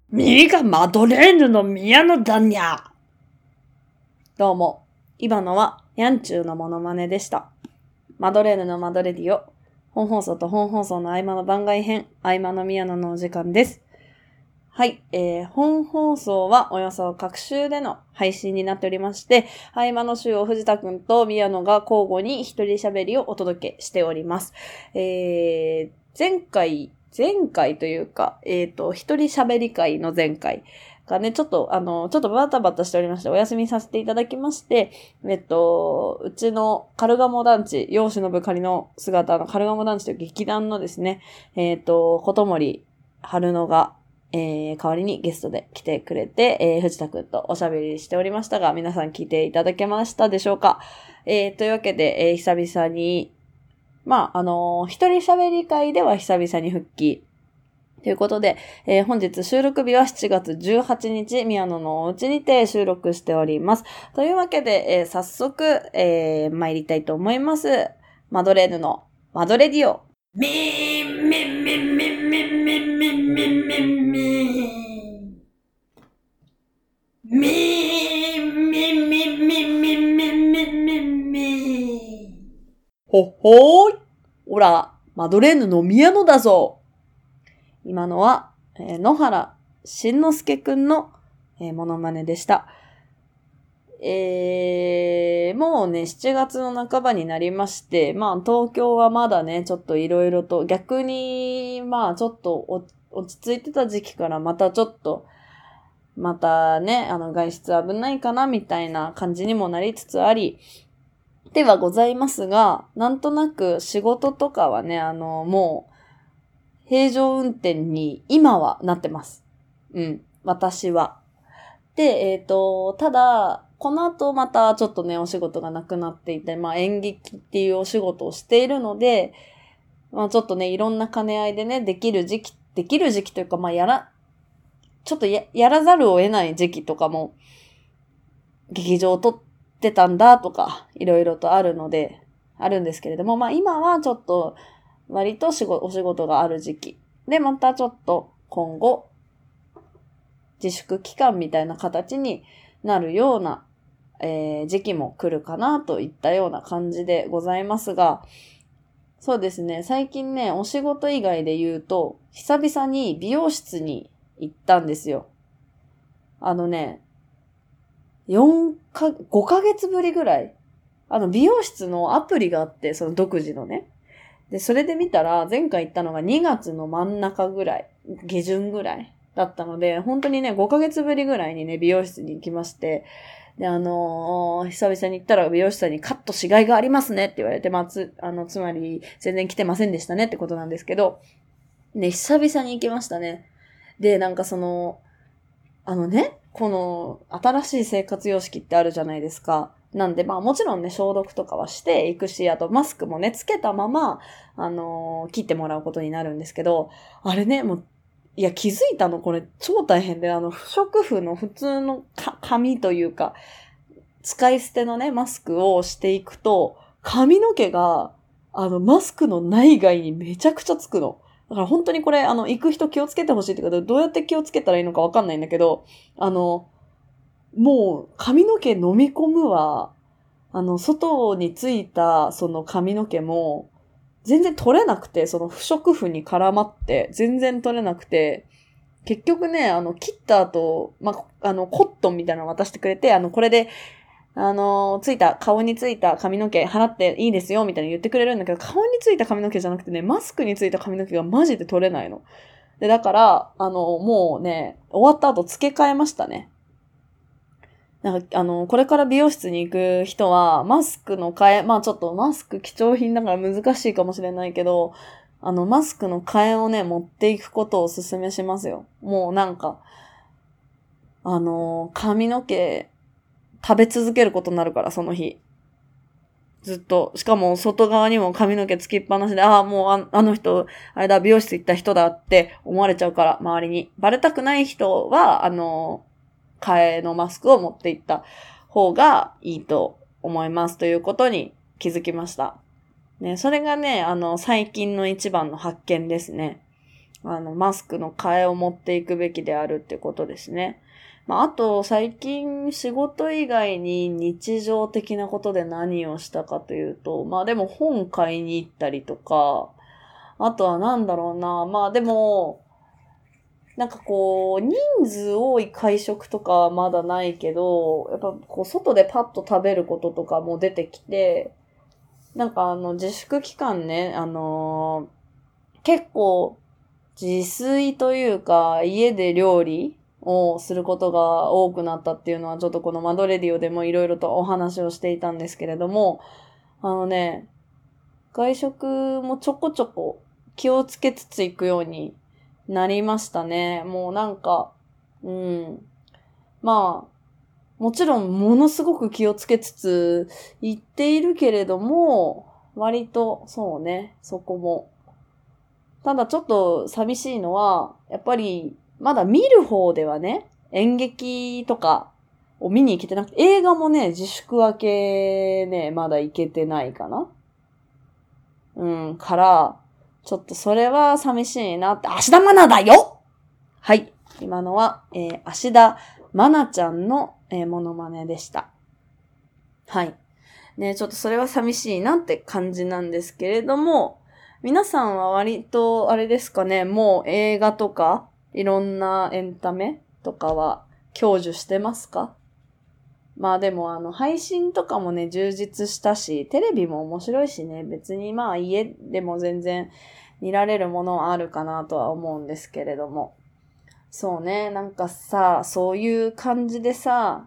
右がマドレーヌの宮野だにゃ。どうも、今のはニャンチューのモノマネでした。マドレーヌのマドレディオ、本放送と本放送の合間の番外編、合間の宮野のお時間です。はい、本放送はおよそ各週での配信になっておりまして、合間の週を藤田くんと宮野が交互に一人喋りをお届けしております。前回というか、一人喋り会の前回がね、ちょっとバタバタしておりまして、お休みさせていただきまして、うちのカルガモ団地、世忍ぶ仮の姿のカルガモ団地という劇団のですね、こともり春野が、代わりにゲストで来てくれて、藤田くんとおしゃべりしておりましたが、皆さん聞いていただけましたでしょうか？というわけで、久々に、一人喋り会では久々に復帰。ということで、本日収録日は7月18日、宮野のお家にて収録しております。というわけで、早速、参りたいと思います。マドレーヌのマドレディオ。ミーミーミーミーミーミーミーミーミーミーミーミーミーミーミーミーミーミーミーほほーい。おら、マドレーヌの宮野だぞ。今のは、野原しんのすけくんの、モノマネでした。もうね、7月の半ばになりまして、東京はまだね、ちょっといろいろと、逆に、ちょっと落ち着いてた時期からまたね、外出危ないかな、みたいな感じにもなりつつあり、ではございますが、なんとなく仕事とかはね、もう、平常運転に今はなってます。私は。で、ただ、この後またちょっとね、お仕事がなくなっていて、演劇っていうお仕事をしているので、ちょっとね、いろんな兼ね合いでね、できる時期というか、やらざるを得ない時期とかも、劇場を撮ってたんだとか、いろいろとあるんですけれども、今はちょっと、割とお仕事がある時期。で、またちょっと今後、自粛期間みたいな形になるような、時期も来るかなといったような感じでございますが、そうですね、最近ね、お仕事以外で言うと、久々に美容室に行ったんですよ。5ヶ月ぶりぐらい。美容室のアプリがあって、その独自のね。で、それで見たら、前回行ったのが2月の真ん中ぐらい、下旬ぐらいだったので、本当にね、5ヶ月ぶりぐらいにね、美容室に行きまして、で、久々に行ったら美容師さんにカットしがいがありますねって言われて、つまり、全然来てませんでしたねってことなんですけど、ね、久々に行きましたね。で、この新しい生活様式ってあるじゃないですか。なんで、もちろんね、消毒とかはしていくし、あとマスクもね、つけたまま、切ってもらうことになるんですけど、あれね、気づいたのこれ超大変で、不織布の普通の紙というか、使い捨てのね、マスクをしていくと、髪の毛が、マスクの内外にめちゃくちゃつくの。だから本当にこれ、行く人気をつけてほしいっていうか、どうやって気をつけたらいいのかわかんないんだけど、もう髪の毛飲み込むわ。外についたその髪の毛も、全然取れなくて、その不織布に絡まって、全然取れなくて、結局ね、切った後、コットンみたいなの渡してくれて、これで、顔についた髪の毛払っていいですよ、みたいに言ってくれるんだけど、顔についた髪の毛じゃなくてね、マスクについた髪の毛がマジで取れないの。で、だから、もうね、終わった後付け替えましたね。これから美容室に行く人は、マスクの替え、ちょっとマスク貴重品だから難しいかもしれないけど、マスクの替えをね、持っていくことをお勧めしますよ。もう髪の毛、食べ続けることになるから、その日。ずっと。しかも、外側にも髪の毛つきっぱなしで、もうあの人、あれだ、美容室行った人だって思われちゃうから、周りに。バレたくない人は、替えのマスクを持っていった方がいいと思いますということに気づきました。ね、それがね、最近の一番の発見ですね。 マスクの替えを持っていくべきであるってことですね。あと、最近仕事以外に日常的なことで何をしたかというと、でも本買いに行ったりとか、あとはなんだろうな、でも、なんかこう、人数多い会食とかはまだないけど、やっぱこう、外でパッと食べることとかも出てきて、なんか自粛期間ね、結構、自炊というか、家で料理をすることが多くなったっていうのは、ちょっとこのマドレディオでもいろいろとお話をしていたんですけれども、外食もちょこちょこ気をつけつつ行くようになりましたね。もうなんか、もちろんものすごく気をつけつつ行っているけれども、割とそうね、そこも。ただちょっと寂しいのは、やっぱりまだ見る方ではね、演劇とかを見に行けてなくて、映画もね、自粛明けね、まだ行けてないかな。から、ちょっとそれは寂しいなって、芦田愛菜だよ。はい。今のは、芦田愛菜ちゃんの、モノマネでした。はい。ね、ちょっとそれは寂しいなって感じなんですけれども、皆さんは割と、あれですかね、もう映画とか、いろんなエンタメとかは享受してますか？でも配信とかもね、充実したし、テレビも面白いしね、別に家でも全然見られるものはあるかなとは思うんですけれども。そうね、なんかさ、そういう感じでさ、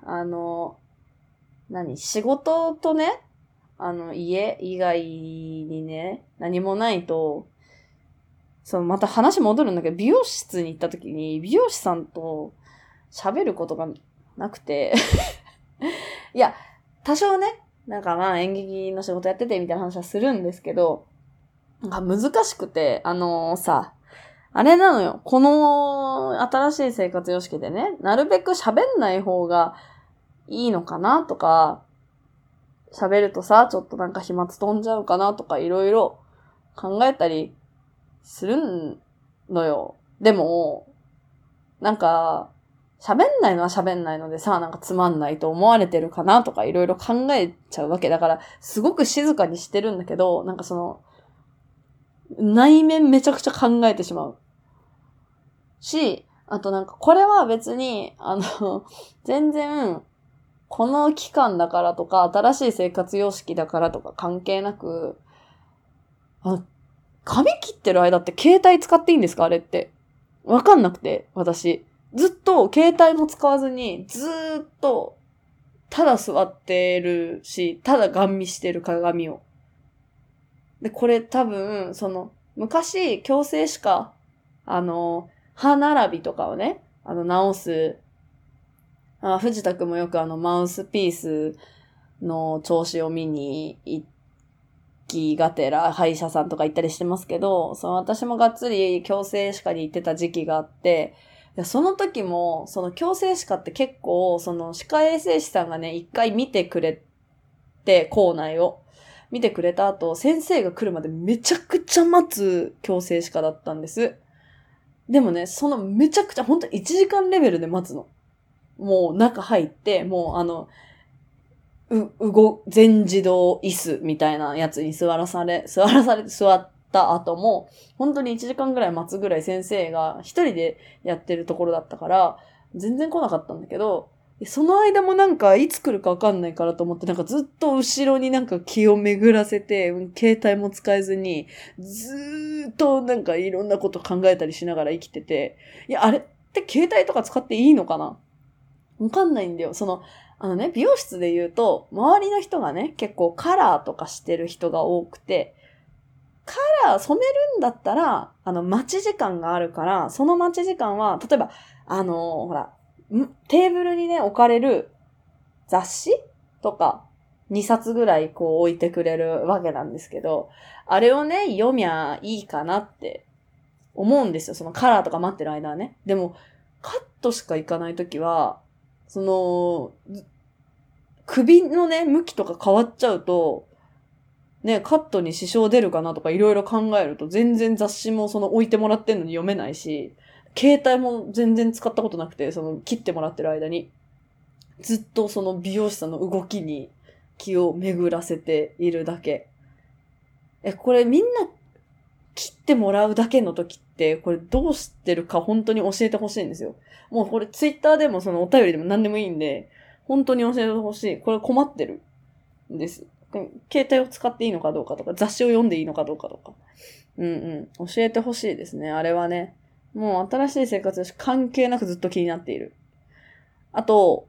仕事とね、家以外にね、何もないと、また話戻るんだけど、美容室に行った時に、美容師さんと喋ることがなくて、いや、多少ね、なんか演劇の仕事やっててみたいな話はするんですけど、なんか難しくて、あれなのよ。この新しい生活様式でね、なるべく喋んない方がいいのかなとか、喋るとさ、ちょっとなんか飛沫飛んじゃうかなとかいろいろ考えたりするのよ。でも、なんか、喋んないのは喋んないのでさ、なんかつまんないと思われてるかなとかいろいろ考えちゃうわけだから、すごく静かにしてるんだけど、なんか内面めちゃくちゃ考えてしまう。し、あとなんかこれは別に、全然、この期間だからとか、新しい生活様式だからとか関係なく、髪切ってる間って携帯使っていいんですかあれって。わかんなくて、私。ずっと携帯も使わずに、ずーっと、ただ座ってるし、ただガン見してる鏡を。で、これ多分、昔、矯正歯科、歯並びとかをね、直す、藤田くんもよくマウスピースの調子を見に行きがてら、歯医者さんとか行ったりしてますけど、私もがっつり矯正歯科に行ってた時期があって、その時も、矯正歯科って結構、歯科衛生士さんがね、一回見てくれて、校内を。見てくれた後、先生が来るまでめちゃくちゃ待つ矯正歯科だったんです。でもね、めちゃくちゃ、ほんと1時間レベルで待つの。もう中入って、もう全自動椅子みたいなやつに座った後も、本当に1時間ぐらい待つぐらい先生が一人でやってるところだったから、全然来なかったんだけど、その間もなんかいつ来るかわかんないからと思ってなんかずっと後ろになんか気を巡らせて、携帯も使えずに、ずーっとなんかいろんなこと考えたりしながら生きてて、いや、あれって携帯とか使っていいのかなわかんないんだよ。美容室で言うと、周りの人がね、結構カラーとかしてる人が多くて、カラー染めるんだったら、待ち時間があるから、その待ち時間は、例えば、ほら、テーブルにね、置かれる雑誌とか、2冊ぐらいこう置いてくれるわけなんですけど、あれをね、読みゃいいかなって思うんですよ。そのカラーとか待ってる間はね。でも、カットしか行かないときは、首のね、向きとか変わっちゃうと、 ね、カットに支障出るかなとかいろいろ考えると、全然雑誌も置いてもらってんのに読めないし、携帯も全然使ったことなくて、切ってもらってる間に、ずっと美容師さんの動きに気を巡らせているだけ。これみんな切ってもらうだけの時って、これどうしてるか本当に教えてほしいんですよ。もうこれツイッターでもお便りでも何でもいいんで、本当に教えてほしい。これ困ってるんです。携帯を使っていいのかどうかとか、雑誌を読んでいいのかどうかとか。教えてほしいですね。あれはね。もう新しい生活関係なくずっと気になっている。あと、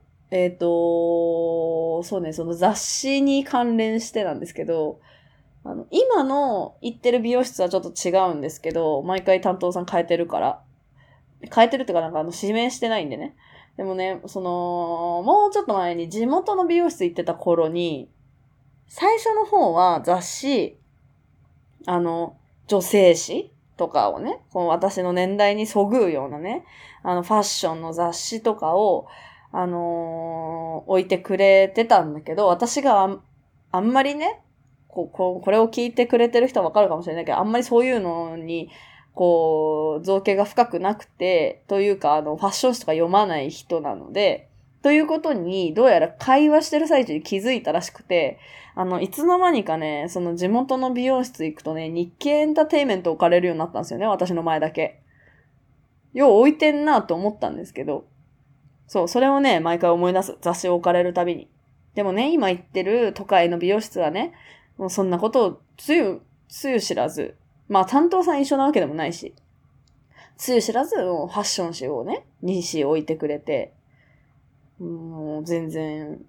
そうね、雑誌に関連してなんですけど、今の行ってる美容室はちょっと違うんですけど、毎回担当さん変えてるから。変えてるってか指名してないんでね。でもね、もうちょっと前に地元の美容室行ってた頃に、最初の方は雑誌、女性誌とかをね、この私の年代にそぐうようなね、ファッションの雑誌とかを、置いてくれてたんだけど、私があんまりね、これを聞いてくれてる人はわかるかもしれないけど、あんまりそういうのに、造形が深くなくて、というか、ファッション誌とか読まない人なので、ということに、どうやら会話してる最中に気づいたらしくて、いつの間にかね、地元の美容室行くとね、日経エンターテイメント置かれるようになったんですよね、私の前だけ。よう置いてんなと思ったんですけど、そう、それをね、毎回思い出す。雑誌を置かれるたびに。でもね、今行ってる都会の美容室はね、もうそんなことをつゆ知らず、まあ担当さん一緒なわけでもないし、つゆ知らずファッション誌をね、2誌置いてくれて、もう全然、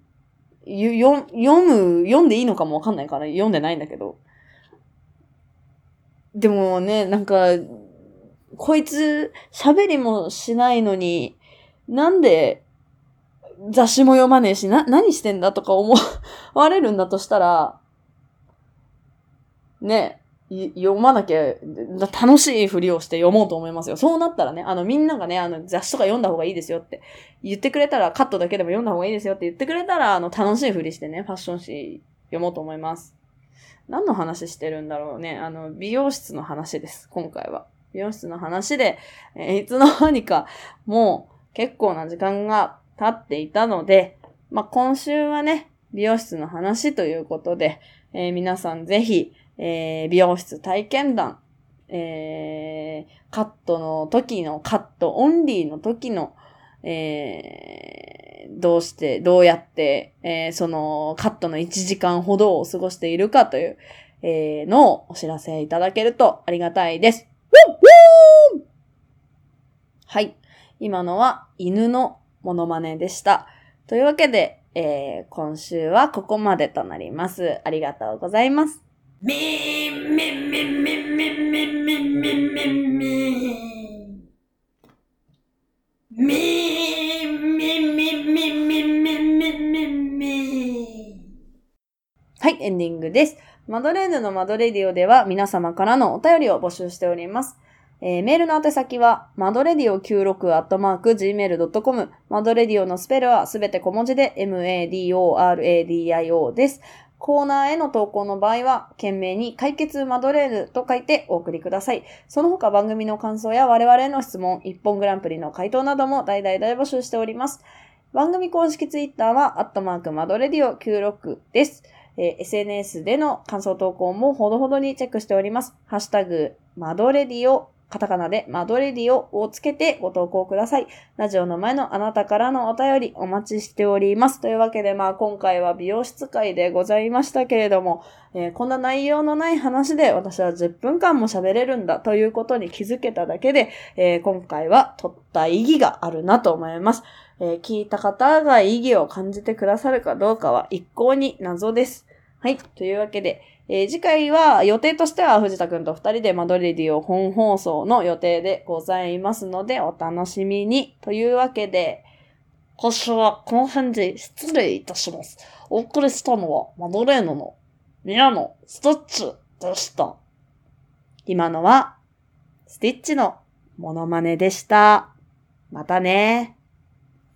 読んでいいのかもわかんないから読んでないんだけど。でもね、こいつ喋りもしないのに、なんで雑誌も読まねえし、何してんだとか思われるんだとしたら、ね、読まなきゃ、楽しいふりをして読もうと思いますよ。そうなったらね、みんながね、雑誌とか読んだ方がいいですよって言ってくれたら、カットだけでも読んだ方がいいですよって言ってくれたら、楽しいふりしてね、ファッション誌読もうと思います。何の話してるんだろうね。美容室の話です、今回は。美容室の話で、いつの間にか、もう結構な時間が経っていたので、まあ、今週はね、美容室の話ということで、皆さんぜひ、美容室体験談、カットの時の、カットオンリーの時の、どうやって、そのカットの1時間ほどを過ごしているかという、のをお知らせいただけるとありがたいです。はい。今のは犬のモノマネでした。というわけで、今週はここまでとなります。ありがとうございます。みーみーみーみーみーみーみーみーみーみーみーみーみーみーみーみーみーみーみー。はい、エンディングです。マドレーヌのマドレディオでは皆様からのお便りを募集しております。メールの宛先は、マドレディオ96@gmail.com。マドレディオのスペルはすべて小文字で MADORADIO です。コーナーへの投稿の場合は、懸命に解決マドレーヌと書いてお送りください。その他番組の感想や我々への質問、一本グランプリの回答なども大募集しております。番組公式ツイッターは、マドレディオ96です。SNS での感想投稿もほどほどにチェックしております。ハッシュタグ、マドレディオ、カタカナでマドレディオをつけてご投稿ください。ラジオの前のあなたからのお便りお待ちしております。というわけで今回は美容室会でございましたけれども、こんな内容のない話で私は10分間も喋れるんだということに気づけただけで、今回は取った意義があるなと思います。聞いた方が意義を感じてくださるかどうかは一向に謎です。はい。というわけで、次回は予定としては藤田くんと2人でマドレディオ本放送の予定でございますのでお楽しみに。というわけで、今週はこの辺で失礼いたします。お送りしたのはマドレーヌの宮野スティッチでした。今のはスティッチのモノマネでした。またね。